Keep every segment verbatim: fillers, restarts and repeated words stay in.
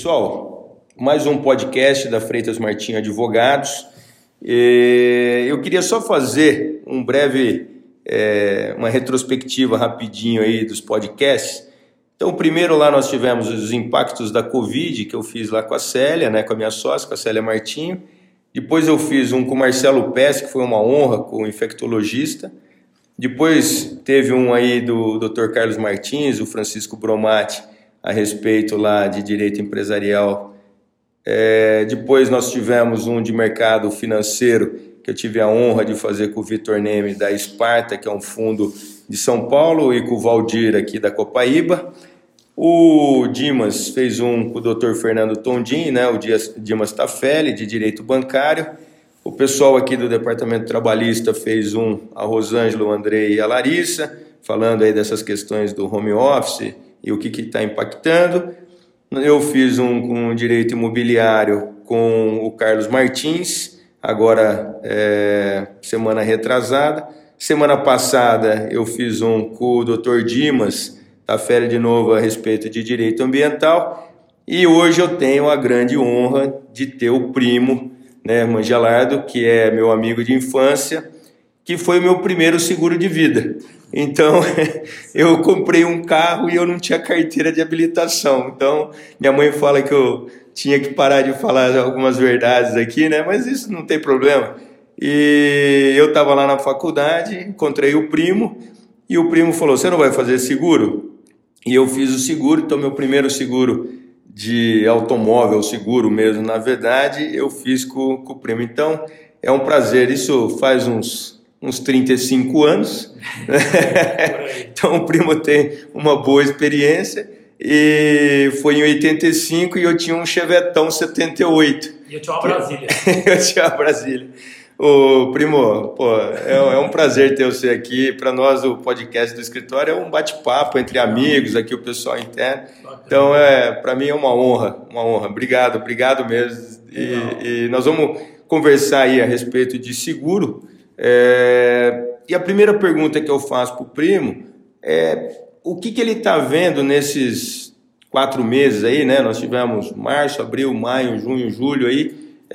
Pessoal, mais um podcast da Freitas Martins Advogados. Eu queria só fazer um breve, é, uma retrospectiva rapidinho aí dos podcasts. Então, primeiro lá nós tivemos os impactos da Covid, que eu fiz lá com a Célia, né, com a minha sócia, com a Célia Martinho. Depois eu fiz um com o Marcelo Pesce, que foi uma honra, com o infectologista. Depois teve um aí do doutor Carlos Martins, o Francisco Bromati, a respeito lá de direito empresarial. É, depois nós tivemos um de mercado financeiro, que eu tive a honra de fazer com o Vitor Neme, da Esparta, que é um fundo de São Paulo, e com o Valdir aqui da Copaíba. O Dimas fez um com o doutor Fernando Tondin, né, o Dimas Tafelli, de Direito Bancário. O pessoal aqui do Departamento Trabalhista fez um, a Rosângela, o Andrei e a Larissa, falando aí dessas questões do home office e o que está impactando. Eu fiz um com Direito Imobiliário com o Carlos Martins, agora é, semana retrasada. Semana passada eu fiz um com o doutor Dimas Tafelli de novo a respeito de direito ambiental, e hoje eu tenho a grande honra de ter o primo, né, Mangelardo, que é meu amigo de infância, que foi o meu primeiro seguro de vida. Então, eu comprei um carro e eu não tinha carteira de habilitação. Então, minha mãe fala que eu tinha que parar de falar algumas verdades aqui, né? Mas isso não tem problema. E eu estava lá na faculdade, encontrei o primo, e o primo falou, você não vai fazer seguro? E eu fiz o seguro, então meu primeiro seguro de automóvel, seguro mesmo, na verdade, eu fiz com, com o primo. Então, é um prazer, isso faz uns, uns trinta e cinco anos, então o primo tem uma boa experiência, e foi em oitenta e cinco e eu tinha um Chevetão setenta e oito. E eu tinha uma Brasília. eu tinha uma Brasília. Ô, primo, pô, é, é um prazer ter você aqui. Para nós, o podcast do escritório é um bate-papo entre amigos, aqui o pessoal interno. Então, é, para mim é uma honra, uma honra. Obrigado, obrigado mesmo. E, e nós vamos conversar aí a respeito de seguro. É, e a primeira pergunta que eu faço para o primo é o que, que ele está vendo nesses quatro meses aí, né? Nós tivemos março, abril, maio, junho, julho aí.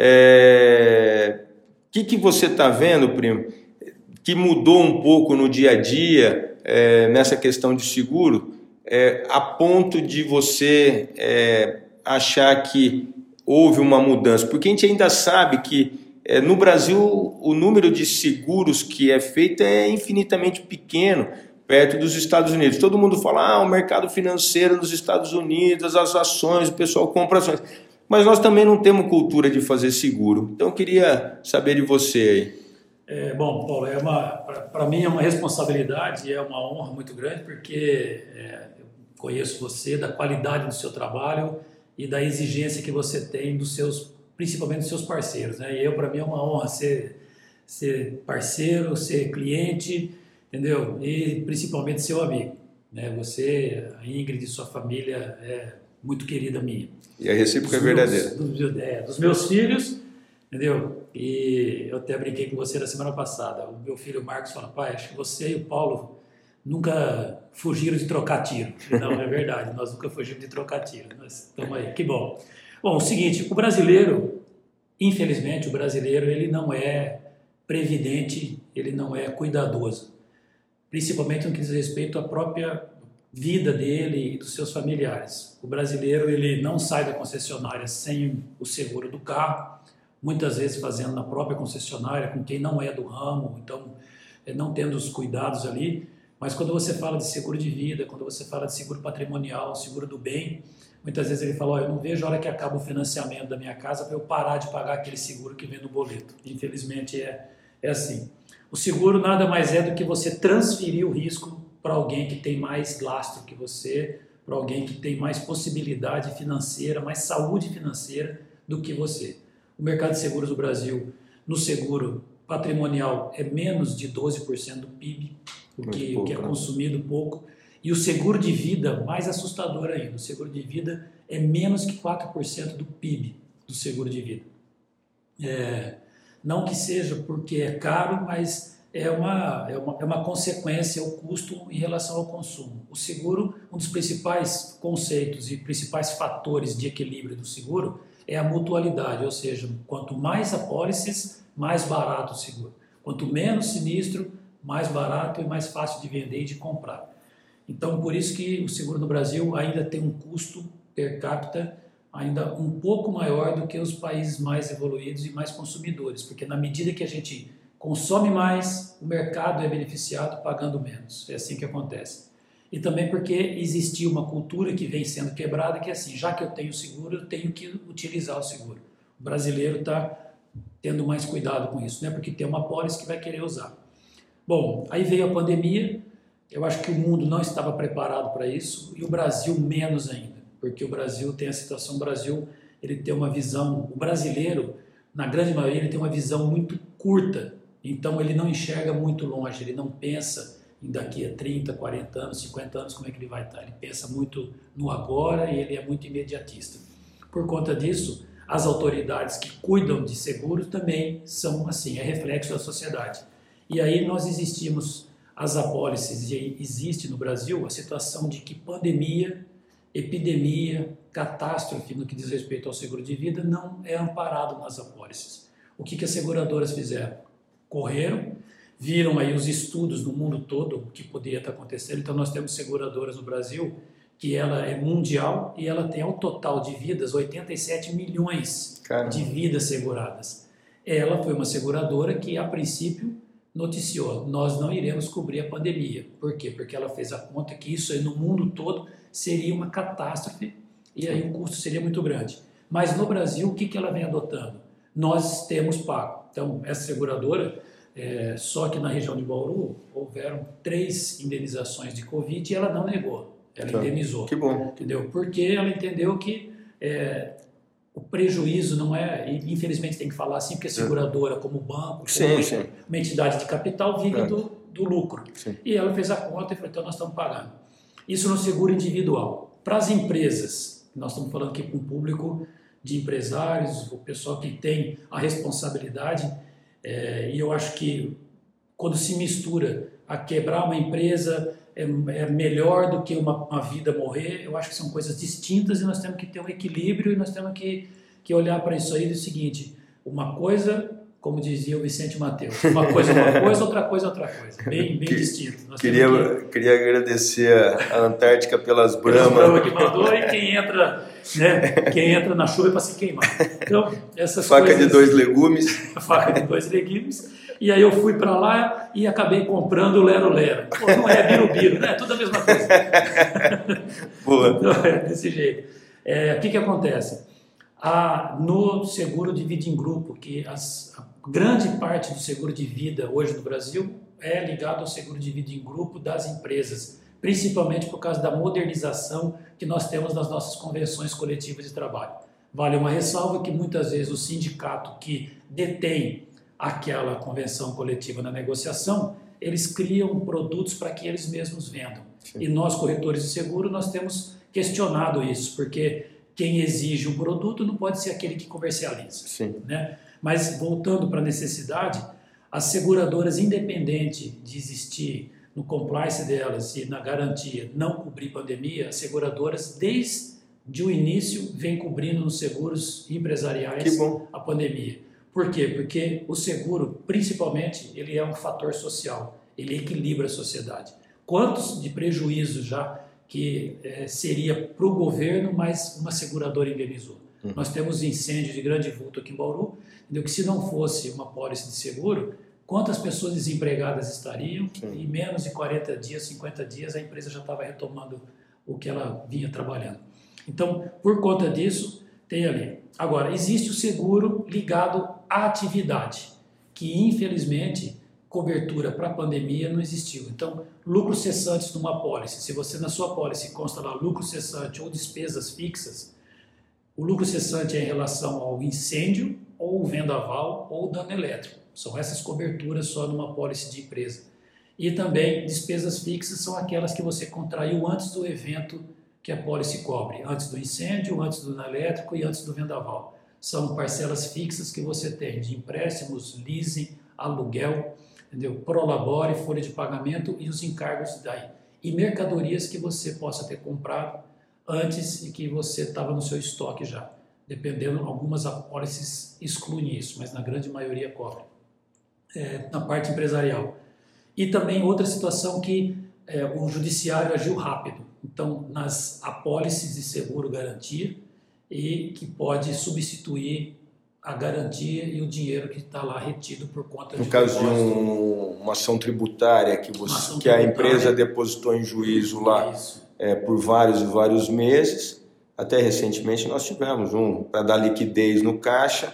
É, o que, que você está vendo, primo, que mudou um pouco no dia a dia é, nessa questão de seguro, é, a ponto de você é, achar que houve uma mudança? Porque a gente ainda sabe que é, no Brasil o número de seguros que é feito é infinitamente pequeno, perto dos Estados Unidos. Todo mundo fala, ah, o mercado financeiro nos Estados Unidos, as ações, o pessoal compra ações. Mas nós também não temos cultura de fazer seguro. Então, eu queria saber de você aí. É, bom, Paulo, é para mim é uma responsabilidade e é uma honra muito grande, porque é, eu conheço você, da qualidade do seu trabalho e da exigência que você tem dos seus, principalmente dos seus parceiros, né? E eu, para mim, é uma honra ser, ser parceiro, ser cliente, entendeu? E principalmente seu amigo, né? Você, a Ingrid e sua família é muito querida minha. E a recíproca é verdadeira. Dos, é, dos meus filhos, entendeu? E eu até brinquei com você na semana passada. O meu filho Marcos fala, pai, acho que você e o Paulo nunca fugiram de trocar tiro. Não, é verdade, nós nunca fugimos de trocar tiro. Nós estamos aí, que bom. Bom, o seguinte, o brasileiro, infelizmente, o brasileiro, ele não é previdente, ele não é cuidadoso. Principalmente no que diz respeito à própria vida dele e dos seus familiares. O brasileiro, ele não sai da concessionária sem o seguro do carro, muitas vezes fazendo na própria concessionária, com quem não é do ramo, então não tendo os cuidados ali. Mas quando você fala de seguro de vida, quando você fala de seguro patrimonial, seguro do bem, muitas vezes ele fala, oh, eu não vejo a hora que acaba o financiamento da minha casa para eu parar de pagar aquele seguro que vem no boleto. Infelizmente é, é assim. O seguro nada mais é do que você transferir o risco para alguém que tem mais lastro que você, para alguém que tem mais possibilidade financeira, mais saúde financeira do que você. O mercado de seguros do Brasil, no seguro patrimonial, é menos de doze por cento do P I B, o que, pouco, o que é consumido pouco. E o seguro de vida, mais assustador ainda, o seguro de vida é menos que quatro por cento do P I B do seguro de vida. É, não que seja porque é caro, mas é uma, é, uma, é uma consequência, o custo em relação ao consumo. O seguro, um dos principais conceitos e principais fatores de equilíbrio do seguro é a mutualidade, ou seja, quanto mais apólices, mais barato o seguro. Quanto menos sinistro, mais barato e mais fácil de vender e de comprar. Então, por isso que o seguro no Brasil ainda tem um custo per capita ainda um pouco maior do que os países mais evoluídos e mais consumidores, porque na medida que a gente consome mais, o mercado é beneficiado pagando menos. É assim que acontece. E também porque existia uma cultura que vem sendo quebrada, que é assim, já que eu tenho seguro, eu tenho que utilizar o seguro. O brasileiro está tendo mais cuidado com isso, né? Porque tem uma apólice que vai querer usar. Bom, aí veio a pandemia, eu acho que o mundo não estava preparado para isso, e o Brasil menos ainda, porque o Brasil tem a situação, o Brasil ele tem uma visão, o brasileiro, na grande maioria, ele tem uma visão muito curta, então ele não enxerga muito longe, ele não pensa em daqui a trinta, quarenta anos, cinquenta anos como é que ele vai estar, ele pensa muito no agora e ele é muito imediatista. Por conta disso, as autoridades que cuidam de seguros também são assim, é reflexo da sociedade. E aí nós existimos, as apólices, e existe no Brasil a situação de que pandemia, epidemia, catástrofe no que diz respeito ao seguro de vida não é amparado nas apólices. O que, que as seguradoras fizeram? Correram, viram aí os estudos no mundo todo o que poderia estar acontecendo. Então nós temos seguradoras no Brasil que ela é mundial e ela tem ao total de vidas oitenta e sete milhões Caramba. De vidas seguradas. Ela foi uma seguradora que a princípio noticiou, nós não iremos cobrir a pandemia. Por quê? Porque ela fez a conta que isso aí no mundo todo seria uma catástrofe e aí o custo seria muito grande. Mas no Brasil, o que, que ela vem adotando? Nós temos pago. Então, essa seguradora, é, só que na região de Bauru, houveram três indenizações de Covid e ela não negou, ela então, indenizou. Que bom. Entendeu? Porque ela entendeu que é, o prejuízo não é, e infelizmente tem que falar assim, porque a seguradora, como banco, como sim, sim. uma entidade de capital, vive é. do, do lucro. Sim. E ela fez a conta e falou, então nós estamos pagando. Isso no seguro individual. Para as empresas, nós estamos falando aqui com o público de empresários, o pessoal que tem a responsabilidade, é, e eu acho que quando se mistura a quebrar uma empresa é, é melhor do que uma, uma vida morrer, eu acho que são coisas distintas e nós temos que ter um equilíbrio e nós temos que, que olhar para isso aí do seguinte, uma coisa, como dizia o Vicente Mateus, uma coisa é uma coisa, outra coisa é outra coisa, bem, bem que, distinto. Nós queria, que, queria agradecer a Antártica pelas bramas. Brahma que mandou e quem entra, né, quem entra na chuva é para se queimar. Então, essas faca coisas, de dois legumes. Faca de dois legumes. E aí eu fui para lá e acabei comprando o Lero Lero. Pô, não é birubiru, né? É tudo a mesma coisa. Boa. Então, é desse jeito. É, o que, que acontece? A, no seguro de vida em grupo, que as, a grande parte do seguro de vida hoje no Brasil é ligado ao seguro de vida em grupo das empresas, principalmente por causa da modernização que nós temos nas nossas convenções coletivas de trabalho. Vale uma ressalva que muitas vezes o sindicato que detém aquela convenção coletiva na negociação, eles criam produtos para que eles mesmos vendam. Sim. E nós, corretores de seguro, nós temos questionado isso, porque quem exige um produto não pode ser aquele que comercializa. Sim. Né? Mas, voltando para a necessidade, as seguradoras, independente de existir no compliance delas e na garantia não cobrir pandemia, as seguradoras, desde o início, vêm cobrindo nos seguros empresariais a pandemia. Por quê? Porque o seguro, principalmente, ele é um fator social, ele equilibra a sociedade. Quantos de prejuízos já que é, seria para o governo, mas uma seguradora indenizou? Uhum. Nós temos incêndios de grande vulto aqui em Bauru, entendeu? Que se não fosse uma pólice de seguro, quantas pessoas desempregadas estariam? Sim. E em menos de quarenta dias, cinquenta dias, a empresa já estava retomando o que ela vinha trabalhando. Então, por conta disso, tem ali. Agora, existe o seguro ligado à atividade, que infelizmente cobertura para a pandemia não existiu. Então, lucros cessantes numa apólice, se você na sua apólice consta lá lucro cessante ou despesas fixas, o lucro cessante é em relação ao incêndio, ou vendaval, ou dano elétrico. São essas coberturas só numa apólice de empresa. E também despesas fixas são aquelas que você contraiu antes do evento que a pólice cobre, antes do incêndio, antes do dano elétrico e antes do vendaval. São parcelas fixas que você tem de empréstimos, leasing, aluguel, entendeu? Prolabore, folha de pagamento e os encargos daí. E mercadorias que você possa ter comprado antes e que você estava no seu estoque já. Dependendo, algumas apólices excluem isso, mas na grande maioria cobre. É, na parte empresarial. E também outra situação que é, o judiciário agiu rápido. Então, nas apólices de seguro-garantia e que pode substituir a garantia e o dinheiro que está lá retido por conta no de... No caso de um, uma ação tributária que, você, ação que tributária, a empresa depositou em juízo lá é, por vários e vários meses, até recentemente nós tivemos um, para dar liquidez no caixa,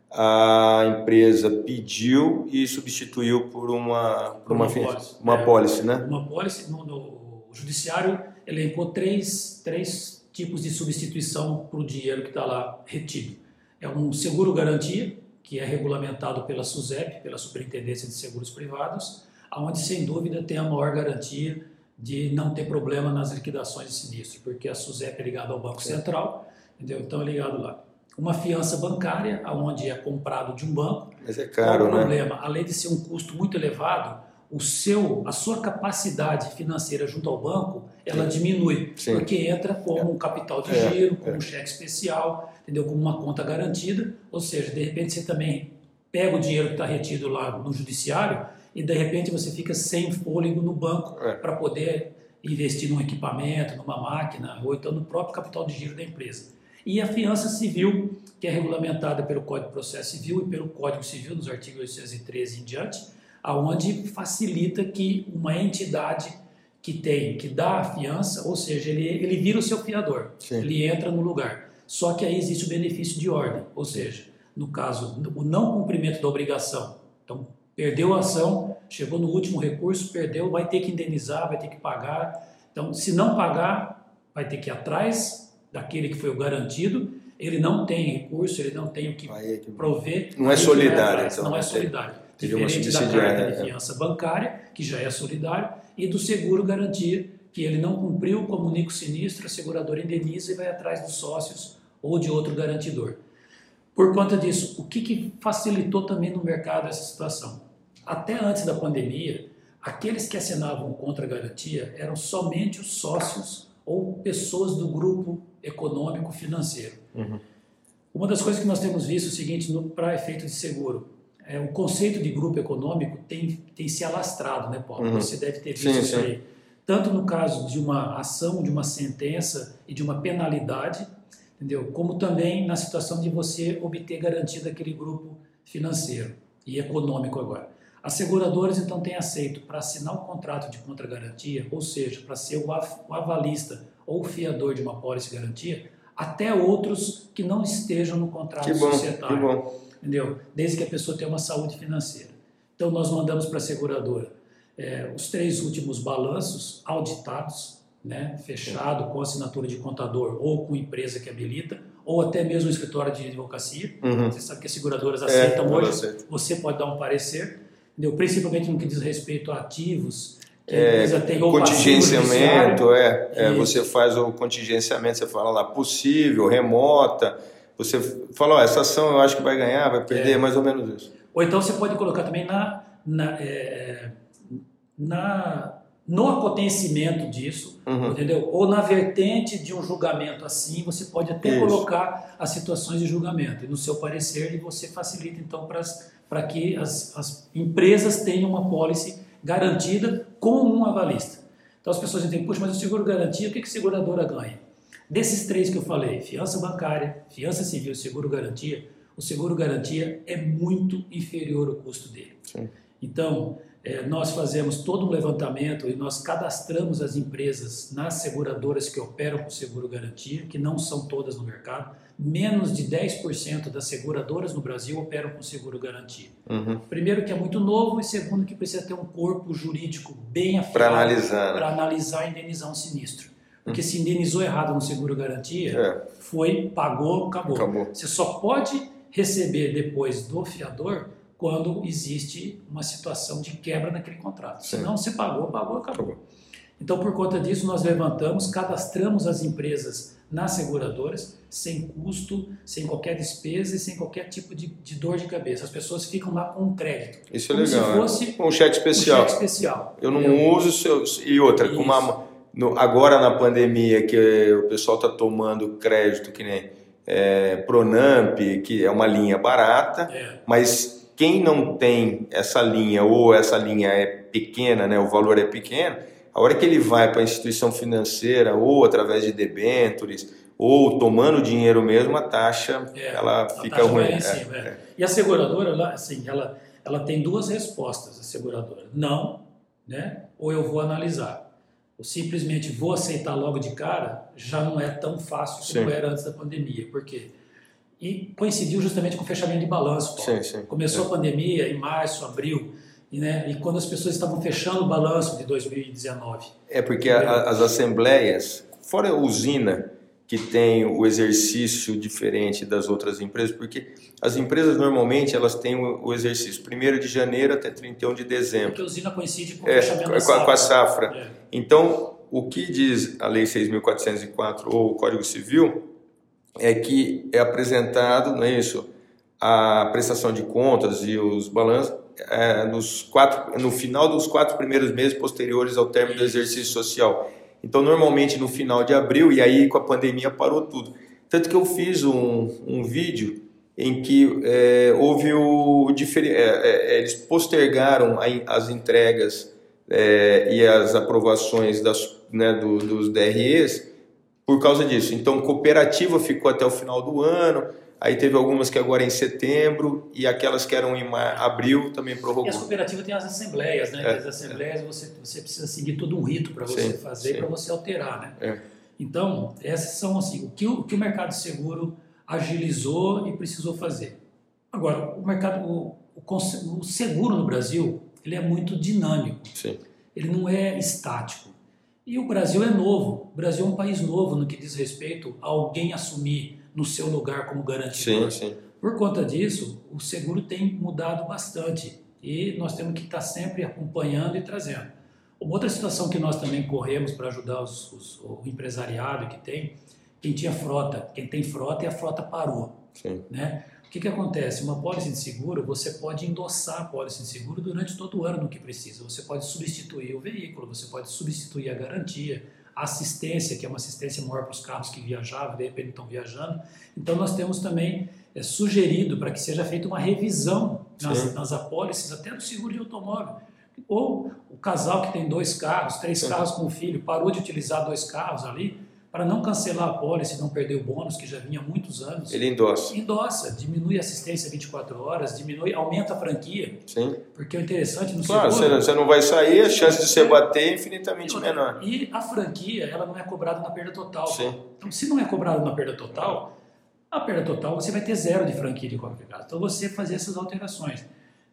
a empresa pediu e substituiu por uma, por uma, uma apólice, uma apólice, é, né? Uma apólice, no, no judiciário elencou três, três tipos de substituição para o dinheiro que está lá retido. É um seguro-garantia, que é regulamentado pela SUSEP, pela Superintendência de Seguros Privados, onde, sem dúvida, tem a maior garantia de não ter problema nas liquidações de sinistro, porque a SUSEP é ligada ao Banco Central, entendeu? Então é ligado lá. Uma fiança bancária, onde é comprado de um banco. Mas é caro, o problema, né? Além de ser um custo muito elevado, o seu, a sua capacidade financeira junto ao banco, ela Sim. diminui, Sim. porque entra como um capital de é, giro, como é. um cheque especial, entendeu? Como uma conta garantida, ou seja, de repente você também pega o dinheiro que está retido lá no judiciário e de repente você fica sem fôlego no banco é. para poder investir num equipamento, numa máquina, ou então no próprio capital de giro da empresa. E a fiança civil, que é regulamentada pelo Código de Processo Civil e pelo Código Civil, nos artigos oitocentos e treze em diante, aonde facilita que uma entidade que tem, que dá a fiança, ou seja, ele, ele vira o seu fiador, Sim. ele entra no lugar. Só que aí existe o benefício de ordem, ou seja, no caso, o não cumprimento da obrigação. Então, perdeu a ação, chegou no último recurso, perdeu, vai ter que indenizar, vai ter que pagar. Então, se não pagar, vai ter que ir atrás daquele que foi o garantido, ele não tem recurso, ele não tem o que prover. Não é solidário. Então, não é solidário. Diferente da carta de fiança bancária, que já é solidário, e do seguro garantia, que ele não cumpriu, comunica o sinistro, a seguradora indeniza e vai atrás dos sócios ou de outro garantidor. Por conta disso, o que, que facilitou também no mercado essa situação? Até antes da pandemia, aqueles que assinavam contra a garantia eram somente os sócios ou pessoas do grupo econômico financeiro. Uhum. Uma das coisas que nós temos visto é o seguinte, para efeito de seguro, é, o conceito de grupo econômico tem, tem se alastrado, né, Paulo? Uhum. Você deve ter visto sim, isso sim. aí. Tanto no caso de uma ação, de uma sentença e de uma penalidade, entendeu? Como também na situação de você obter garantia daquele grupo financeiro e econômico agora. As seguradoras, então, têm aceito para assinar o contrato de contragarantia, ou seja, para ser o avalista ou o fiador de uma apólice de garantia, até outros que não estejam no contrato que bom, societário. Que bom. Entendeu? Desde que a pessoa tenha uma saúde financeira. Então, nós mandamos para a seguradora é, os três últimos balanços auditados, né, fechado com assinatura de contador ou com empresa que habilita, ou até mesmo um escritório de advocacia. Uhum. Você sabe que as seguradoras aceitam é, hoje. Aceito. Você pode dar um parecer, entendeu? Principalmente no que diz respeito a ativos. Que é, tem contingenciamento, é, é você faz o contingenciamento, você fala lá, possível, remota, você fala, ó, essa ação eu acho que vai ganhar, vai perder, é. mais ou menos isso. Ou então você pode colocar também na, na, é, na, no acontecimento disso, uhum. entendeu? Ou na vertente de um julgamento assim, você pode até isso. colocar as situações de julgamento, e no seu parecer, e você facilita então para que as, as empresas tenham uma apólice garantida com um avalista. Então as pessoas entendem, puxa, mas o seguro garantia, o que, que a seguradora ganha? Desses três que eu falei, fiança bancária, fiança civil e seguro garantia, o seguro garantia é muito inferior ao custo dele. Sim. Então, é, nós fazemos todo um levantamento e nós cadastramos as empresas nas seguradoras que operam com seguro garantia, que não são todas no mercado. Menos de dez por cento das seguradoras no Brasil operam com seguro garantia. Uhum. Primeiro que é muito novo e segundo que precisa ter um corpo jurídico bem afiado para analisar, né? analisar e indenizar um sinistro. Porque uhum. se indenizou errado no seguro garantia, é. foi, pagou, acabou. acabou. Você só pode receber depois do fiador quando existe uma situação de quebra naquele contrato. Sim. Senão você pagou, pagou, acabou. acabou. Então, por conta disso, nós levantamos, cadastramos as empresas nas seguradoras, sem custo, sem qualquer despesa e sem qualquer tipo de, de dor de cabeça. As pessoas ficam lá com um crédito. Isso é como legal. Se fosse é. Um cheque especial. Um cheque especial. Eu não entendeu? uso seus. E outra, com uma, no, agora na pandemia que o pessoal está tomando crédito, que nem é, Pronamp, que é uma linha barata, é. mas quem não tem essa linha ou essa linha é pequena, né, o valor é pequeno, a hora que ele vai para a instituição financeira ou através de debêntures ou tomando dinheiro mesmo, a taxa é, ela a fica taxa ruim. Vai em cima, é, é. E a seguradora, ela, assim, ela, ela tem duas respostas, a seguradora. Não, né? Ou eu vou analisar. Ou simplesmente vou aceitar logo de cara, já não é tão fácil como sim. era antes da pandemia. Por quê? E coincidiu justamente com o fechamento de balanço. Sim, sim, Começou é. a pandemia em março, abril, e, né, e quando as pessoas estavam fechando o balanço de dois mil e dezenove. É porque a, as assembleias, fora a usina, que tem o exercício diferente das outras empresas, porque as empresas normalmente elas têm o exercício primeiro de janeiro até trinta e um de dezembro. Porque a usina coincide com o é, fechamento com, da safra. Com a safra. É. Então, o que diz a Lei seis mil quatrocentos e quatro ou o Código Civil é que é apresentado, não é isso, a prestação de contas e os balanços é, nos quatro, no final dos quatro primeiros meses posteriores ao término do exercício social. Então, normalmente no final de abril, e aí com a pandemia parou tudo. Tanto que eu fiz um, um vídeo em que é, houve o... É, é, eles postergaram a, as entregas é, e as aprovações das, né, do, dos D R Es por causa disso. Então, cooperativa ficou até o final do ano, aí teve algumas que agora em setembro, e aquelas que eram em mar, abril também prorrogou. E as cooperativas têm as assembleias, né? É, as assembleias é. você, você precisa seguir todo um rito para você sim, fazer, para você alterar, né? É. Então, essas são assim, o que o, o que o mercado seguro agilizou e precisou fazer. Agora, o mercado, o, o, o seguro no Brasil, ele é muito dinâmico. Sim. Ele não é estático. E o Brasil é novo. O Brasil é um país novo no que diz respeito a alguém assumir no seu lugar como garantidor. Sim, sim. Por conta disso, o seguro tem mudado bastante e nós temos que estar sempre acompanhando e trazendo. Uma outra situação que nós também corremos para ajudar os, os, o empresariado que tem, quem tinha frota, quem tem frota e a frota parou. Sim. Né? O que, que acontece? Uma pólice de seguro, você pode endossar a pólice de seguro durante todo o ano no que precisa. Você pode substituir o veículo, você pode substituir a garantia, a assistência, que é uma assistência maior para os carros que viajavam, de repente estão viajando. Então, nós temos também é, sugerido para que seja feita uma revisão nas, nas apólices, até do seguro de automóvel. Ou o casal que tem dois carros, três Sim. carros com o filho, parou de utilizar dois carros ali, para não cancelar a pólice, não perder o bônus que já vinha há muitos anos. Ele endossa. Endossa, diminui a assistência vinte e quatro horas, diminui, aumenta a franquia. Sim. Porque o interessante no claro, seguro... Claro, você não vai sair, a chance de você bater é infinitamente e, menor. E a franquia, ela não é cobrada na perda total. Sim. Então, se não é cobrada na perda total, a perda total você vai ter zero de franquia de qualquer caso. Então, você fazer essas alterações.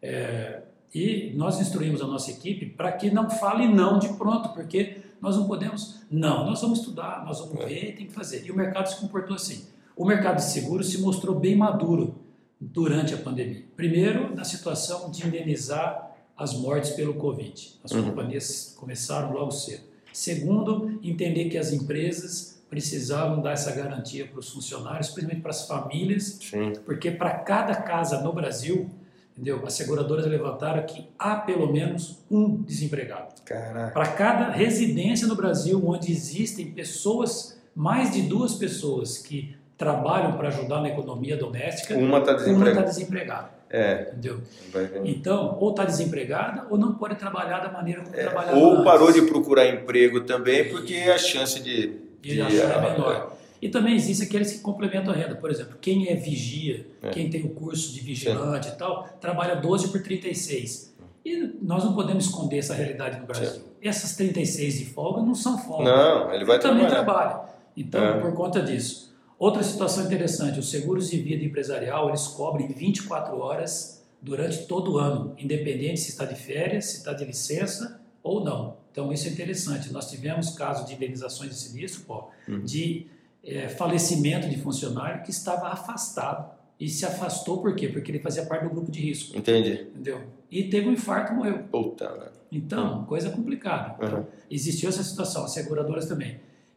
É, e nós instruímos a nossa equipe para que não fale não de pronto, porque... Nós não podemos, não, nós vamos estudar, nós vamos ver, tem que fazer. E o mercado se comportou assim. O mercado de seguros se mostrou bem maduro durante a pandemia. Primeiro, na situação de indenizar as mortes pelo Covid. As uhum. companhias começaram logo cedo. Segundo, entender que as empresas precisavam dar essa garantia para os funcionários, principalmente para as famílias, Sim. porque para cada casa no Brasil... Entendeu? As seguradoras levantaram que há pelo menos um desempregado. Para cada residência no Brasil onde existem pessoas, mais de duas pessoas que trabalham para ajudar na economia doméstica, uma está desempregada. Tá desempregada. É. Entendeu? Então, ou está desempregada ou não pode trabalhar da maneira como é. trabalhava Ou antes. parou de procurar emprego também, porque a chance de... de, de achar é menor. E também existe aqueles que complementam a renda. Por exemplo, quem é vigia, é. quem tem o curso de vigilante Sim. e tal, trabalha doze por trinta e seis. E nós não podemos esconder essa realidade no Brasil. Sim. Essas trinta e seis de folga não são folga. Não, ele vai ele também trabalhar. trabalha. Então, é. por conta disso. Outra situação interessante, os seguros de vida empresarial, eles cobrem vinte e quatro horas durante todo o ano, independente se está de férias, se está de licença ou não. Então, isso é interessante. Nós tivemos casos de indenizações de sinistro, pô, uhum. de... É, falecimento de funcionário que estava afastado e se afastou por quê? Porque ele fazia parte do grupo de risco. Entendi. Entendeu? E teve um infarto e morreu. Puta, né? Então, uhum. coisa complicada. Então, uhum. existiu essa situação, as seguradoras também.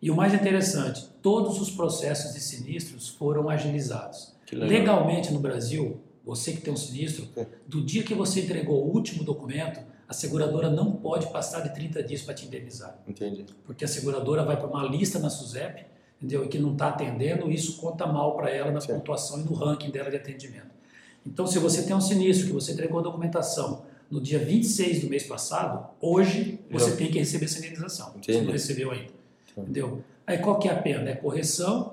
E o mais interessante, todos os processos de sinistros foram agilizados. Legalmente no Brasil, você que tem um sinistro, é. do dia que você entregou o último documento, a seguradora não pode passar de trinta dias para te indenizar. Entendi. Porque a seguradora vai para uma lista na SUSEP, entendeu? E que não está atendendo, isso conta mal para ela na Sim. pontuação e no ranking dela de atendimento. Então, se você tem um sinistro, que você entregou a documentação no dia vinte e seis do mês passado, hoje você Já. tem que receber essa indenização. Entendi. Você não recebeu ainda. Entendi. Entendeu? Aí qual que é a pena? É correção,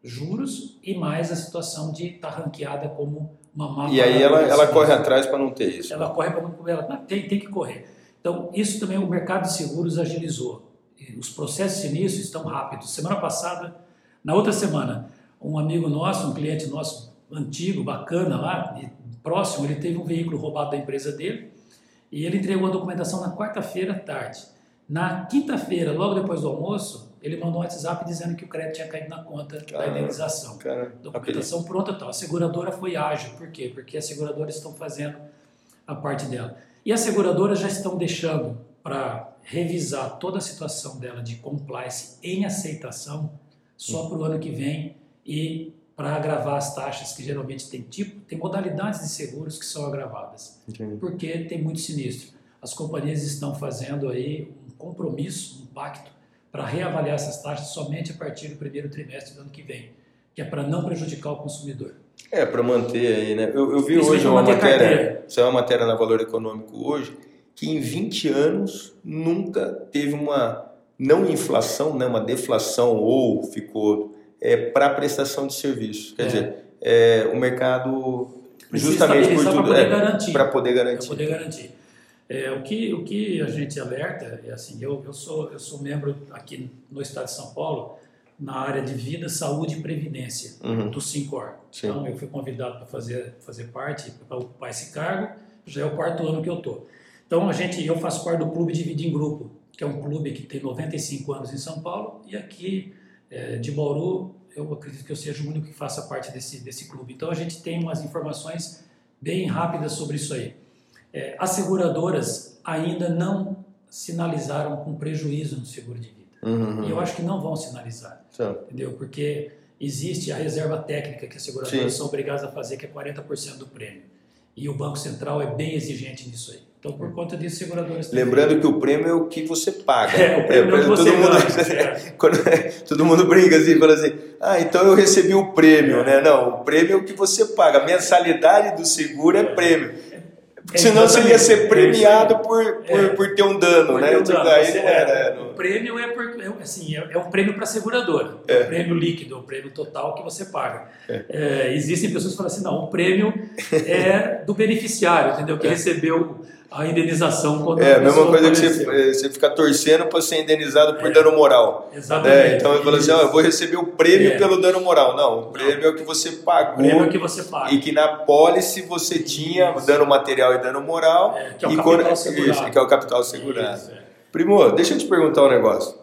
juros e mais a situação de estar tá ranqueada como uma má. E aí ela, ela corre atrás para não ter isso. Ela né? corre para não ela tem, tem que correr. Então, isso também o mercado de seguros agilizou. Os processos sinistros estão rápidos. Semana passada, na outra semana, um amigo nosso, um cliente nosso antigo, bacana lá, próximo, ele teve um veículo roubado da empresa dele e ele entregou a documentação na quarta-feira à tarde. Na quinta-feira, logo depois do almoço, ele mandou um WhatsApp dizendo que o crédito tinha caído na conta cara, da indenização. Cara, documentação pronta tal. A seguradora foi ágil. Por quê? Porque as seguradoras estão fazendo a parte dela. E as seguradoras já estão deixando para revisar toda a situação dela de compliance em aceitação só para o ano que vem e para agravar as taxas, que geralmente tem tipo, tem modalidades de seguros que são agravadas. Entendi. Porque tem muito sinistro. As companhias estão fazendo aí um compromisso, um pacto, para reavaliar essas taxas somente a partir do primeiro trimestre do ano que vem, que é para não prejudicar o consumidor. É, para manter aí, né? Eu, eu vi Isso hoje uma matéria, saiu uma matéria na Valor Econômico hoje, que em vinte anos nunca teve uma não inflação, né, uma deflação ou ficou é, para a prestação de serviço. Quer é. dizer, é, o mercado justamente por tudo para poder garantir. Para poder garantir. É, o, que, o que a gente alerta é assim, eu, eu, sou, eu sou membro aqui no estado de São Paulo na área de vida, saúde e previdência uhum. do Sincor. Sim. Então eu fui convidado para fazer, fazer parte, para ocupar esse cargo, já é o quarto ano que eu estou. Então a gente, eu faço parte do Clube de Vida em Grupo, que é um clube que tem noventa e cinco anos em São Paulo e aqui é, de Bauru eu acredito que eu seja o único que faça parte desse, desse clube. Então a gente tem umas informações bem rápidas sobre isso aí. É, as seguradoras ainda não sinalizaram com prejuízo no seguro de vida. Uhum. E eu acho que não vão sinalizar. Sim. Entendeu? Porque existe a reserva técnica que as seguradoras Sim. são obrigadas a fazer, que é quarenta por cento do prêmio. E o Banco Central é bem exigente nisso aí. Então, por conta disso, seguradoras... Lembrando também. que o prêmio é o que você paga. É, o prêmio é, é o que você todo mundo, é. Quando, todo mundo brinca assim, fala assim, ah, então eu recebi o prêmio, é. né? Não, o prêmio é o que você paga. A mensalidade do seguro é, é prêmio. Porque senão você ia ser premiado por, por, é. por ter um dano, por né? Um dano. Daí não era, não... O prêmio é, por, é, assim, é, é um prêmio para a seguradora. É. O prêmio líquido, o prêmio total que você paga. É. É, existem pessoas que falam assim, não, o prêmio é do beneficiário, entendeu? Que é. recebeu a indenização quando É a a mesma coisa apareceu. que você, você fica torcendo para ser indenizado por é. dano moral. Exatamente. É, então eu falo assim, ó, eu vou receber o prêmio é. pelo dano moral. Não, o prêmio não. é o que você pagou. O prêmio é o que você paga. E que na pólice você tinha isso. dano material e dano moral. É, que é o e capital quando, segurado. Isso, que é o capital segurado. Isso, é. Primo, deixa eu te perguntar um negócio.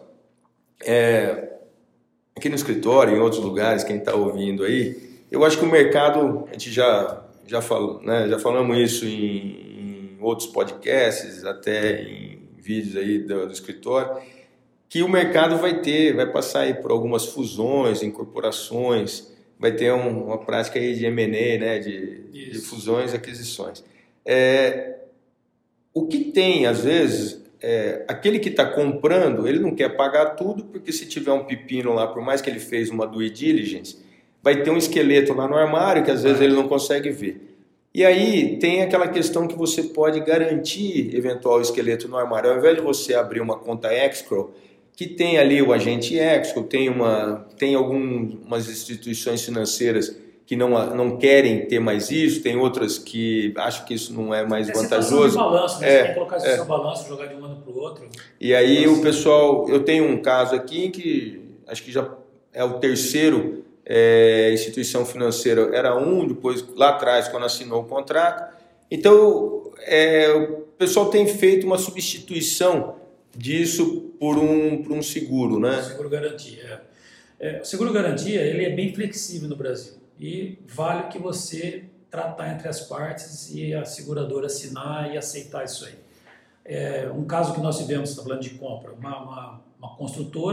É, aqui no escritório, em outros lugares, quem está ouvindo aí, eu acho que o mercado, a gente já, já, falou, né, já falamos isso em, em outros podcasts, até em vídeos aí do, do escritório, que o mercado vai ter, vai passar aí por algumas fusões, incorporações, vai ter um, uma prática aí de M and A, né, de, de fusões e aquisições. É, o que tem, às vezes, é, aquele que está comprando, ele não quer pagar tudo, porque se tiver um pepino lá, por mais que ele fez uma due diligence, vai ter um esqueleto lá no armário que às vezes ele não consegue ver. E aí tem aquela questão que você pode garantir eventual esqueleto no armário. Ao invés de você abrir uma conta escrow, que tem ali o agente escrow, tem, uma, tem algumas instituições financeiras que não, não querem ter mais isso, tem outras que acham que isso não é mais é vantajoso. De balanço, né? É, você tem que colocar isso é. no seu balanço, jogar de um ano para o outro. E aí Nossa. o pessoal, eu tenho um caso aqui que acho que já é o terceiro é, instituição financeira, era um, depois lá atrás quando assinou o contrato. Então é, o pessoal tem feito uma substituição disso por um, por um seguro, né? Seguro garantia. É. É, o seguro garantia ele é bem flexível no Brasil. E vale que você tratar entre as partes e a seguradora assinar e aceitar isso aí. É, um caso que nós tivemos, está falando de compra, uma, uma, uma construtora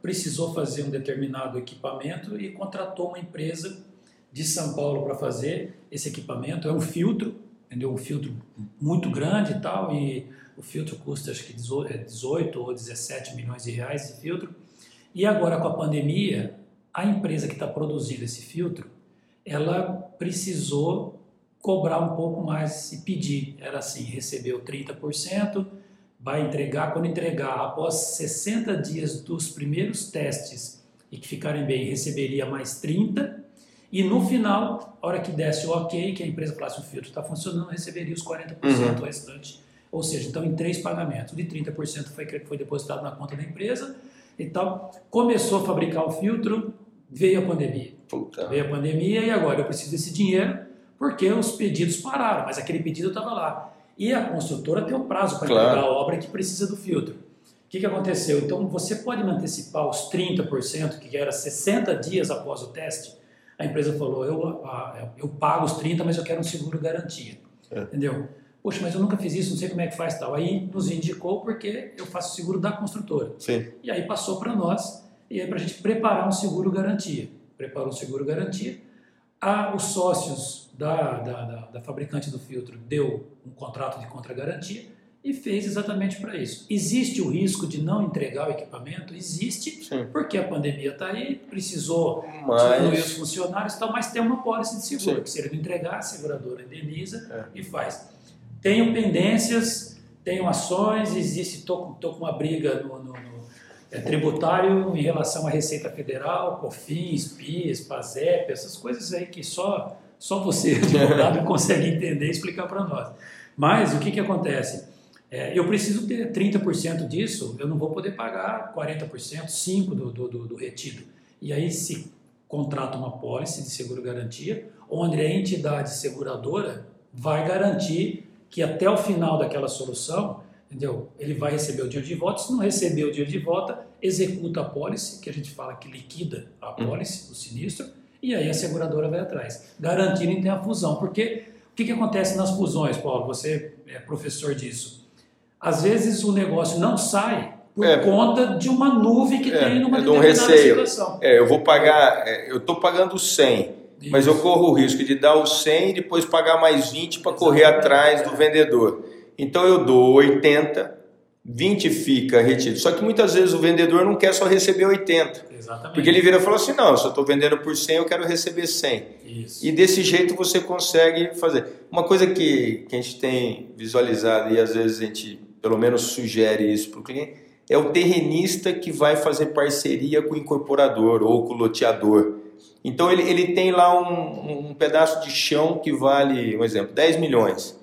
precisou fazer um determinado equipamento e contratou uma empresa de São Paulo para fazer esse equipamento. É um filtro, entendeu? Um filtro muito grande e tal, e o filtro custa acho que dezoito ou dezessete milhões de reais de filtro. E agora com a pandemia, a empresa que está produzindo esse filtro, ela precisou cobrar um pouco mais e pedir. Era assim, recebeu trinta por cento, vai entregar, quando entregar, após sessenta dias dos primeiros testes e que ficarem bem, receberia mais trinta, e no final, a hora que desse o ok, que a empresa falasse o filtro está funcionando, receberia os quarenta por cento uhum. restante. Ou seja, então em três pagamentos, de trinta por cento foi, foi depositado na conta da empresa e tal. Começou a fabricar o filtro, veio a pandemia. Puta. Veio a pandemia e agora eu preciso desse dinheiro porque os pedidos pararam, mas aquele pedido estava lá. E a construtora tem um prazo para claro. entregar a obra que precisa do filtro. O que, que aconteceu? Então você pode me antecipar os trinta por cento, que era sessenta dias após o teste. A empresa falou, eu, eu pago os trinta, mas eu quero um seguro garantia. É. Entendeu? Poxa, mas eu nunca fiz isso, não sei como é que faz tal. Aí nos indicou porque eu faço seguro da construtora. Sim. E aí passou para nós, e aí para a gente preparar um seguro garantia. Preparou um seguro garantia. Ah, os sócios da, da, da, da fabricante do filtro deu um contrato de contra-garantia e fez exatamente para isso. Existe o risco de não entregar o equipamento? Existe, sim, porque a pandemia está aí, precisou mas... diminuir os funcionários e tal, mas tem uma pólice de seguro, sim, que se ele não entregar, a seguradora indeniza é. e faz. Tenho pendências, tenho ações, existe, estou com uma briga no, no, no é, tributário em relação à Receita Federal, COFINS, PIS, PASEP, essas coisas aí que só, só você, advogado, consegue entender e explicar para nós. Mas o que, que acontece? É, eu preciso ter trinta por cento disso, eu não vou poder pagar quarenta por cento, cinco por cento do, do, do retido. E aí se contrata uma pólice de seguro-garantia, onde a entidade seguradora vai garantir que até o final daquela solução, entendeu? Ele vai receber o dinheiro de volta. Se não receber o dinheiro de volta, executa a pólice, que a gente fala que liquida a pólice, hum. o sinistro, e aí a seguradora vai atrás, garantindo então a fusão. Porque o que, que acontece nas fusões, Paulo? Você é professor disso. Às vezes o negócio não sai por é, conta de uma nuvem que é, tem numa é de um determinada receio. situação. É, eu vou pagar, é, eu estou pagando cem, isso, mas eu corro o risco de dar os cem e depois pagar mais vinte para correr atrás do vendedor. Então eu dou oitenta, vinte fica retido. Só que muitas vezes o vendedor não quer só receber oitenta. Exatamente. Porque ele vira e fala assim, não, se eu estou vendendo por cem, eu quero receber cem. Isso. E desse jeito você consegue fazer. Uma coisa que, que a gente tem visualizado e às vezes a gente pelo menos sugere isso para o cliente, é o terrenista que vai fazer parceria com o incorporador ou com o loteador. Então ele, ele tem lá um, um pedaço de chão que vale, um exemplo, dez milhões.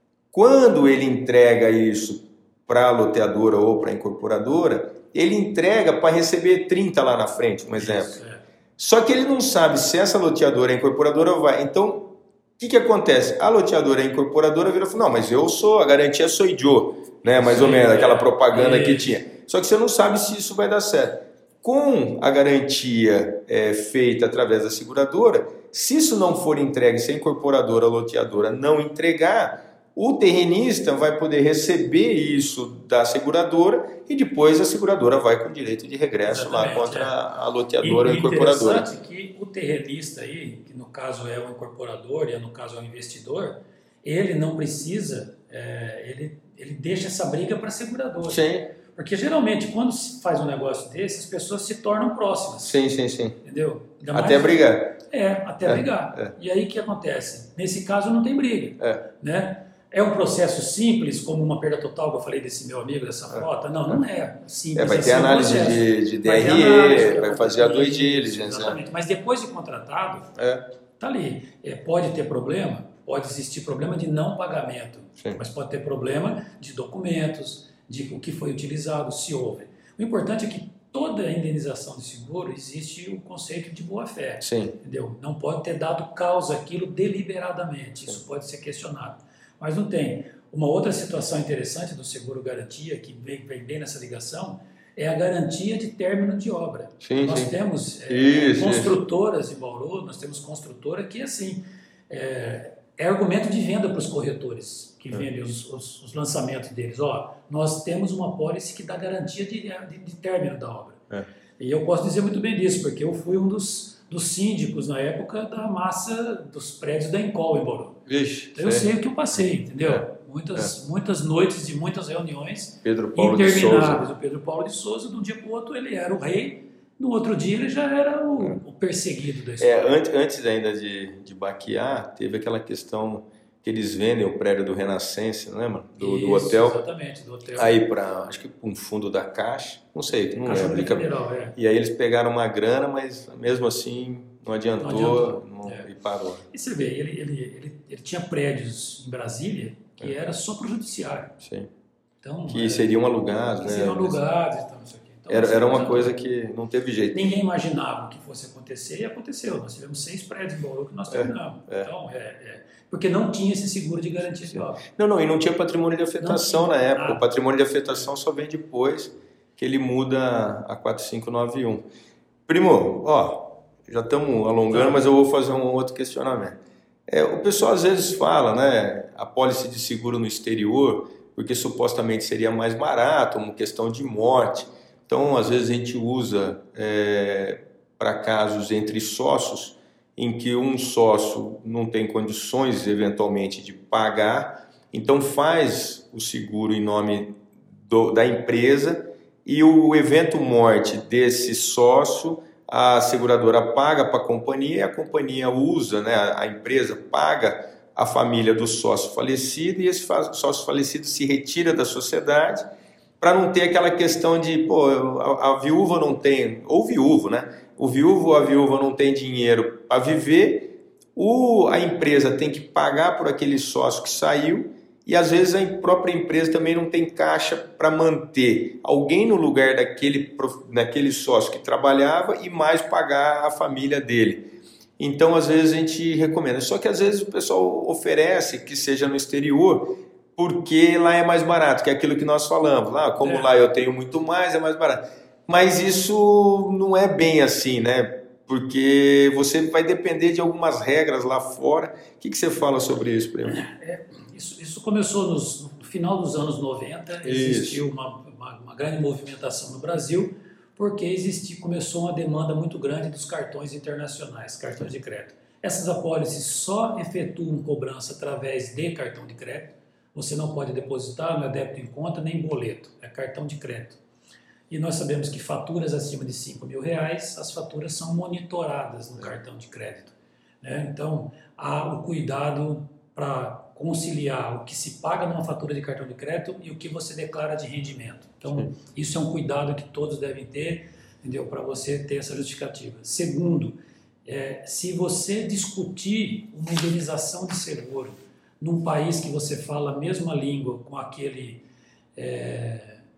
Quando ele entrega isso para a loteadora ou para a incorporadora, ele entrega para receber trinta lá na frente, um exemplo. Isso, é. Só que ele não sabe se essa loteadora e a incorporadora vai. Então, o que, que acontece? A loteadora e a incorporadora viram e falaram, não, mas eu sou, a garantia sou Joe. Né, mais Sim, ou menos, aquela propaganda é. que tinha. Só que você não sabe se isso vai dar certo. Com a garantia é, feita através da seguradora, se isso não for entregue, se a incorporadora, a loteadora não entregar, o terrenista vai poder receber isso da seguradora e depois a seguradora vai com direito de regresso Exatamente, lá contra é. a loteadora ou a incorporadora. O interessante é que o terrenista aí, que no caso é o incorporador e no caso é o investidor, ele não precisa, é, ele ele deixa essa briga para a seguradora. Sim. Porque geralmente, quando se faz um negócio desse, as pessoas se tornam próximas. Sim, sim, sim. Entendeu? Ainda até mais... brigar. É, até é, brigar. É. E aí o que acontece? Nesse caso não tem briga. É. Né? É um processo simples, como uma perda total, que eu falei desse meu amigo, dessa frota? Não, não é simples. É, vai ter assim análise um de, de D R E, vai, análise, vai fazer a due diligence. Exatamente. Mas depois de contratado, é. tá ali. É, pode ter problema, pode existir problema de não pagamento. Sim. Mas pode ter problema de documentos, de o que foi utilizado, se houve. O importante é que toda indenização de seguro existe o conceito de boa-fé. Entendeu? Não pode ter dado causa àquilo deliberadamente. Sim. Isso pode ser questionado. Mas não tem. Uma outra situação interessante do seguro-garantia, que vem, vem bem nessa ligação, é a garantia de término de obra. Sim, nós sim. temos é, isso, construtoras isso. em Bauru, nós temos construtora que, assim, é, é argumento de venda para os corretores que é. vendem os, os, os lançamentos deles. Ó, nós temos uma pólice que dá garantia de, de, de término da obra. É. E eu posso dizer muito bem disso, porque eu fui um dos, dos síndicos na época da massa dos prédios da Encol em Bauru. Vixe, então, eu sei o que eu passei, entendeu? É. Muitas, é. muitas noites e muitas reuniões Pedro Paulo intermináveis. De Souza. O Pedro Paulo de Souza, de um dia para o outro, ele era o rei, no outro dia ele já era o, é. o perseguido da escola. É, antes, antes ainda de, de baquear, teve aquela questão que eles vendem o prédio do Renascença, não lembra? Do, Isso, do hotel. Exatamente, do hotel. Aí para, acho que para um fundo da Caixa, não sei, não Caixa lembro. Federal, é. E aí eles pegaram uma grana, mas mesmo assim não adiantou, não adiantou. Não, é. e parou. E você vê, ele, ele, ele, ele tinha prédios em Brasília que é. era só para o judiciário. Sim. Então, que é, seriam alugados, que né? seriam alugados e tal, isso aqui. Então, era, assim, era uma coisa que não teve jeito. Ninguém imaginava que fosse acontecer e aconteceu. Nós tivemos seis prédios em Bauru que nós terminamos. É, é. Então, é, é, porque não tinha esse seguro de garantia de obra. Não, não, e não tinha patrimônio de afetação na época. nada. O patrimônio de afetação só vem depois que ele muda a quatro cinco nove um. Primo, ó, já estamos alongando, tá. Mas eu vou fazer um outro questionamento. É, o pessoal às vezes fala, né, a pólice de seguro no exterior, porque supostamente seria mais barato, uma questão de morte. Então, às vezes a gente usa é, para casos entre sócios, em que um sócio não tem condições, eventualmente, de pagar, então faz o seguro em nome do, da empresa e o evento morte desse sócio, a seguradora paga para a companhia e a companhia usa, né, a empresa paga a família do sócio falecido e esse sócio falecido se retira da sociedade para não ter aquela questão de, pô, a, a viúva não tem, ou viúvo, né? O viúvo ou a viúva não tem dinheiro para viver, o, a empresa tem que pagar por aquele sócio que saiu e às vezes a própria empresa também não tem caixa para manter alguém no lugar daquele, daquele sócio que trabalhava e mais pagar a família dele. Então, às vezes a gente recomenda. Só que às vezes o pessoal oferece que seja no exterior porque lá é mais barato, que é aquilo que nós falamos. Lá, como é. Lá eu tenho muito mais, é mais barato. Mas isso não é bem assim, né? Porque você vai depender de algumas regras lá fora. O que, que você fala sobre isso, Primo? É, isso, isso começou nos, no final dos anos noventa, existiu uma, uma, uma grande movimentação no Brasil, porque existiu, começou uma demanda muito grande dos cartões internacionais, cartões de crédito. Essas apólices só efetuam cobrança através de cartão de crédito. Você não pode depositar, não é débito em conta, nem boleto, é cartão de crédito. E nós sabemos que faturas acima de cinco mil reais, as faturas são monitoradas no cartão de crédito. Né? Então, há o cuidado para conciliar o que se paga numa fatura de cartão de crédito e o que você declara de rendimento. Então, sim, isso é um cuidado que todos devem ter, entendeu? Para você ter essa justificativa. Segundo, é, se você discutir uma indenização de seguro num país que você fala a mesma língua com aquele é,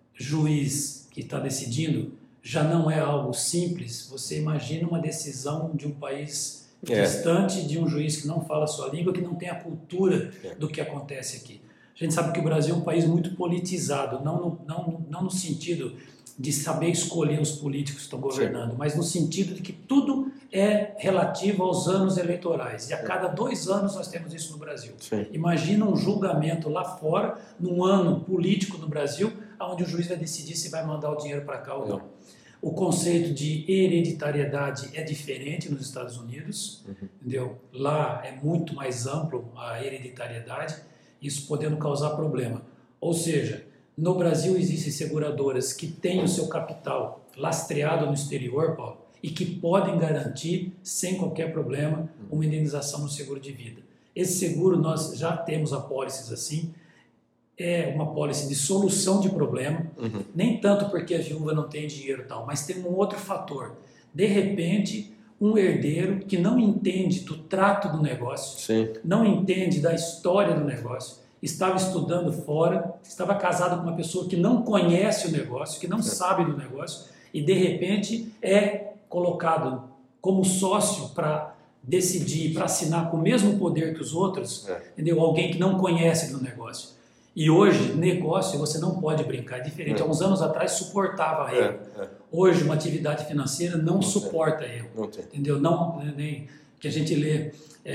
juiz que está decidindo, já não é algo simples. Você imagina uma decisão de um país é. distante, de um juiz que não fala a sua língua, que não tem a cultura é. do que acontece aqui. A gente sabe que o Brasil é um país muito politizado, não no, não, não no sentido de saber escolher os políticos que estão governando, sim, mas no sentido de que tudo é relativo aos anos eleitorais. E a cada dois anos nós temos isso no Brasil. Sim. Imagina um julgamento lá fora, num ano político no Brasil, onde o juiz vai decidir se vai mandar o dinheiro para cá ou não. É. O conceito de hereditariedade é diferente nos Estados Unidos, uhum. entendeu? Lá é muito mais amplo a hereditariedade, isso podendo causar problema. Ou seja, no Brasil existem seguradoras que têm o seu capital lastreado no exterior, Paulo, e que podem garantir, sem qualquer problema, uma indenização no seguro de vida. Esse seguro, nós já temos apólices assim, é uma apólice de solução de problema, uhum. nem tanto porque a viúva não tem dinheiro e tal, mas tem um outro fator. De repente, um herdeiro que não entende do trato do negócio, sim, não entende da história do negócio, estava estudando fora, estava casado com uma pessoa que não conhece o negócio, que não é. sabe do negócio, e de repente é colocado como sócio para decidir, para assinar com o mesmo poder que os outros, é. entendeu? Alguém que não conhece do negócio. E hoje, negócio, você não pode brincar, é diferente. É. Há uns anos atrás suportava erro. É. É. Hoje, uma atividade financeira não, não suporta erro, não entendeu? Não, nem, que a gente lê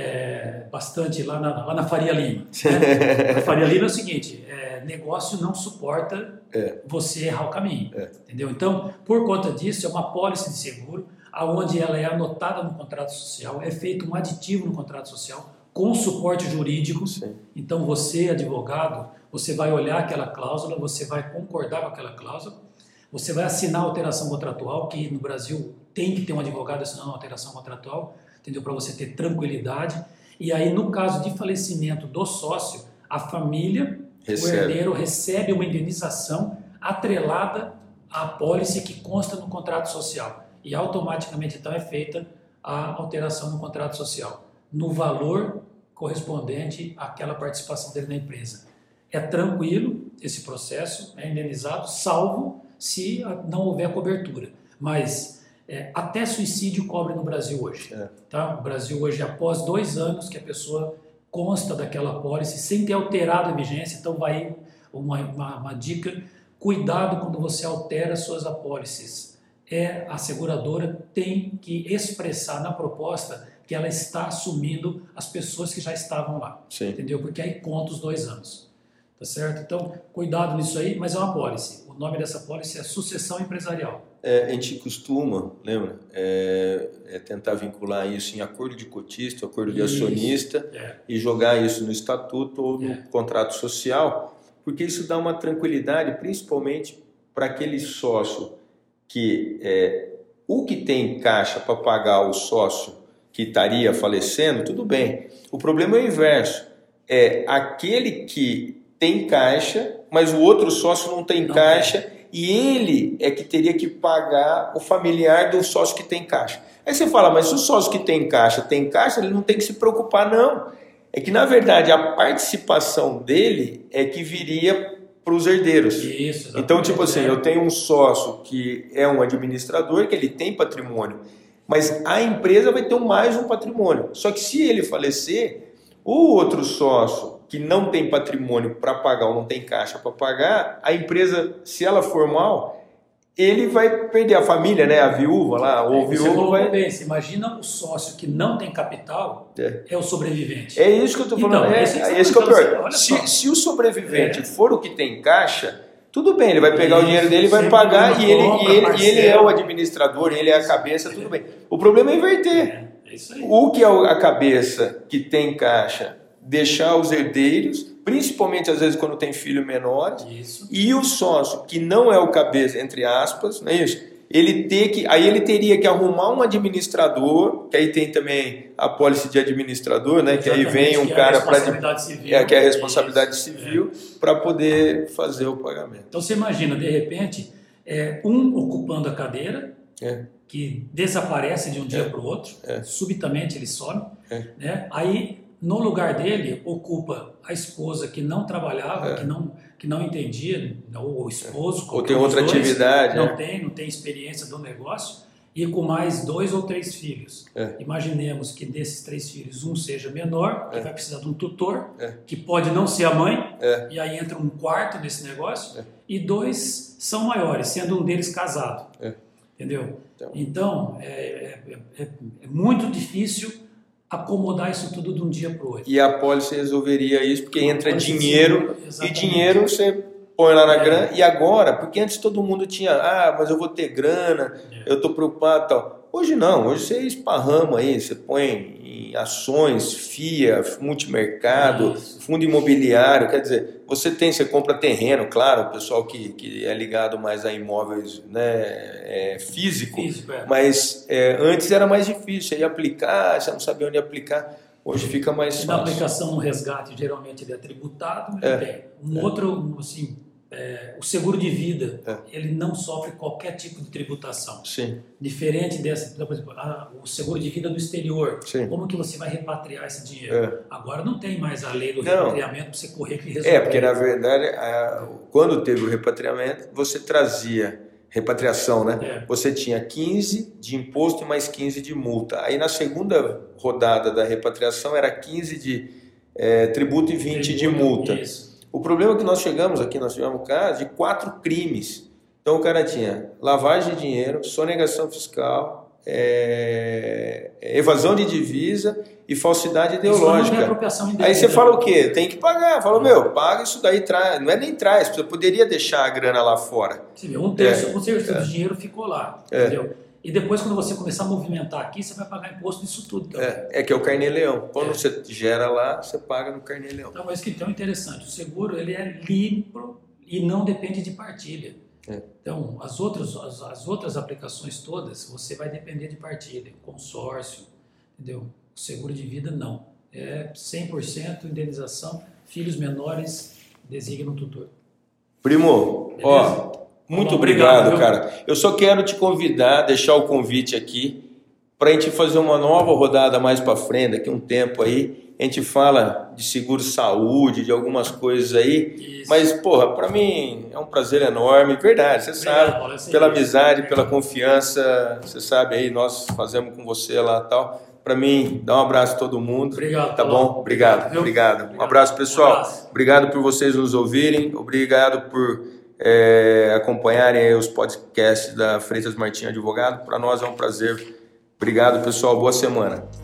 é, bastante lá na, lá na Faria Lima. Né? A Faria Lima é o seguinte, é, negócio não suporta é. você errar o caminho. É. Entendeu? Então, por conta disso, é uma pólice de seguro, onde ela é anotada no contrato social, é feito um aditivo no contrato social, com suporte jurídico. Sim. Então você, advogado, você vai olhar aquela cláusula, você vai concordar com aquela cláusula, você vai assinar a alteração contratual, que no Brasil tem que ter um advogado assinando uma alteração contratual, entendeu? Para você ter tranquilidade. E aí, no caso de falecimento do sócio, a família, recebe. o herdeiro, recebe uma indenização atrelada à apólice que consta no contrato social. E automaticamente, então, é feita a alteração no contrato social, no valor correspondente àquela participação dele na empresa. É tranquilo esse processo, é indenizado, salvo se não houver cobertura. Mas é, até suicídio cobre no Brasil hoje. É. Tá? O Brasil hoje, após dois anos que a pessoa consta daquela apólice, sem ter alterado a vigência, então vai uma, uma, uma dica, cuidado quando você altera suas apólices. É, a seguradora tem que expressar na proposta que ela está assumindo as pessoas que já estavam lá. Sim. Entendeu? Porque aí conta os dois anos. Tá certo? Então, cuidado nisso aí, mas é uma apólice. O nome dessa apólice é sucessão empresarial. É, a gente costuma, lembra, é, é tentar vincular isso em acordo de cotista, acordo de isso. acionista, é. e jogar isso no estatuto ou no é. contrato social, porque isso dá uma tranquilidade, principalmente para aquele sócio que é, o que tem caixa para pagar o sócio que estaria falecendo, tudo bem. O problema é o inverso. É aquele que tem caixa, mas o outro sócio não tem não caixa tem. E ele é que teria que pagar o familiar do sócio que tem caixa. Aí você fala, mas se o sócio que tem caixa tem caixa, ele não tem que se preocupar, não. É que, na verdade, a participação dele é que viria para os herdeiros. Isso, então, tipo assim, é. eu tenho um sócio que é um administrador, que ele tem patrimônio, mas a empresa vai ter mais um patrimônio. Só que se ele falecer, o outro sócio que não tem patrimônio para pagar ou não tem caixa para pagar, a empresa, se ela for mal, ele vai perder a família, né? A viúva lá, ou é, o viúvo vai... Bem, você imagina o sócio que não tem capital, é, é o sobrevivente. É isso que eu estou falando. Então, é, esse é, esse que é o pior. Se, se o sobrevivente é. for o que tem caixa, tudo bem, ele vai pegar isso, o dinheiro dele e vai pagar, e ele, compra, e, ele, e ele é o administrador, ele é a cabeça, tudo bem. O problema é inverter. É, é isso aí. O que é a cabeça que tem caixa, deixar os herdeiros, principalmente às vezes quando tem filho menor, isso. e o sócio, que não é o cabeça, entre aspas, não é isso? Ele ter que, aí ele teria que arrumar um administrador, que aí tem também a pólice de administrador, né? Que aí vem um cara para é, que é a responsabilidade isso. civil é. para poder fazer o pagamento. Então você imagina, de repente, é, um ocupando a cadeira, é. que desaparece de um dia é. para o outro, é. subitamente ele some, é. né? Aí no lugar dele, ocupa a esposa que não trabalhava, é. que, não, que não entendia, ou o esposo. Ou tem outra dois, atividade. Não é. tem, não tem experiência do negócio, e com mais dois ou três filhos. É. Imaginemos que desses três filhos, um seja menor, que é. vai precisar de um tutor, é. que pode não ser a mãe, é. e aí entra um quarto nesse negócio, é. e dois são maiores, sendo um deles casado. É. Entendeu? Então, então é, é, é, é muito difícil acomodar isso tudo de um dia para o outro. E a pólice resolveria isso, porque entra dinheiro, e dinheiro você põe lá na é. grana, e agora, porque antes todo mundo tinha, ah, mas eu vou ter grana, é. eu estou preocupado e tal. Hoje não, hoje você esparrama aí, você põe em ações, F I A, multimercado, isso. fundo imobiliário, quer dizer, você tem, você compra terreno, claro, o pessoal que, que é ligado mais a imóveis, né, é, físico, físico é. mas é, antes era mais difícil, você ia aplicar, você não sabia onde aplicar, hoje fica mais fácil. Na aplicação no resgate, geralmente ele é tributado, ele é. tem um é. outro, assim, é, o seguro de vida, é. ele não sofre qualquer tipo de tributação. Sim. Diferente dessa, por exemplo, a, o seguro de vida do exterior. Sim. Como que você vai repatriar esse dinheiro? É. Agora não tem mais a lei do não. repatriamento para você correr que resolver. É, porque na verdade, a, quando teve o repatriamento, você trazia repatriação, né? É. Você tinha quinze de imposto e mais quinze de multa. Aí na segunda rodada da repatriação era quinze de é, tributo e vinte tributo, de multa. Isso. O problema é que nós chegamos aqui, nós tivemos um caso de quatro crimes. Então o cara tinha lavagem de dinheiro, sonegação fiscal, é, evasão de divisa e falsidade Isso não é ideológica. apropriação indevida. Aí você fala o quê? Tem que pagar. Fala, meu, paga isso daí, traz. Não é nem traz, você poderia deixar a grana lá fora. Você vê, um terço, É, um terço é. do dinheiro ficou lá, É. entendeu? E depois, quando você começar a movimentar aqui, você vai pagar imposto nisso tudo também. É, é que é o carnê-leão. Quando É. você gera lá, você paga no carnê-leão. Então, mas que então é interessante. O seguro ele é limpo e não depende de partilha. É. Então, as outras, as, as outras aplicações todas, você vai depender de partilha, consórcio, entendeu? O seguro de vida, não. É cem por cento indenização, filhos menores, designa um tutor. Primo, Beleza? ó, muito Bom, obrigado, obrigado, cara. Eu só quero te convidar, deixar o convite aqui, para a gente fazer uma nova rodada mais para frente, daqui a um tempo aí. A gente fala de seguro-saúde, de algumas coisas aí. Isso. Mas, porra, para mim é um prazer enorme, verdade, você Obrigado, sabe. Paulo, eu sei Pela disso. amizade, pela confiança, você sabe aí, nós fazemos com você lá e tal. Para mim, dá um abraço a todo mundo. Obrigado, Tá Paulo. bom? Obrigado, Viu? obrigado. Um abraço, pessoal. Um abraço. Obrigado por vocês nos ouvirem. Obrigado por é, acompanharem aí os podcasts da Freitas Martins Advogado. Para nós é um prazer. Obrigado, pessoal. Boa semana.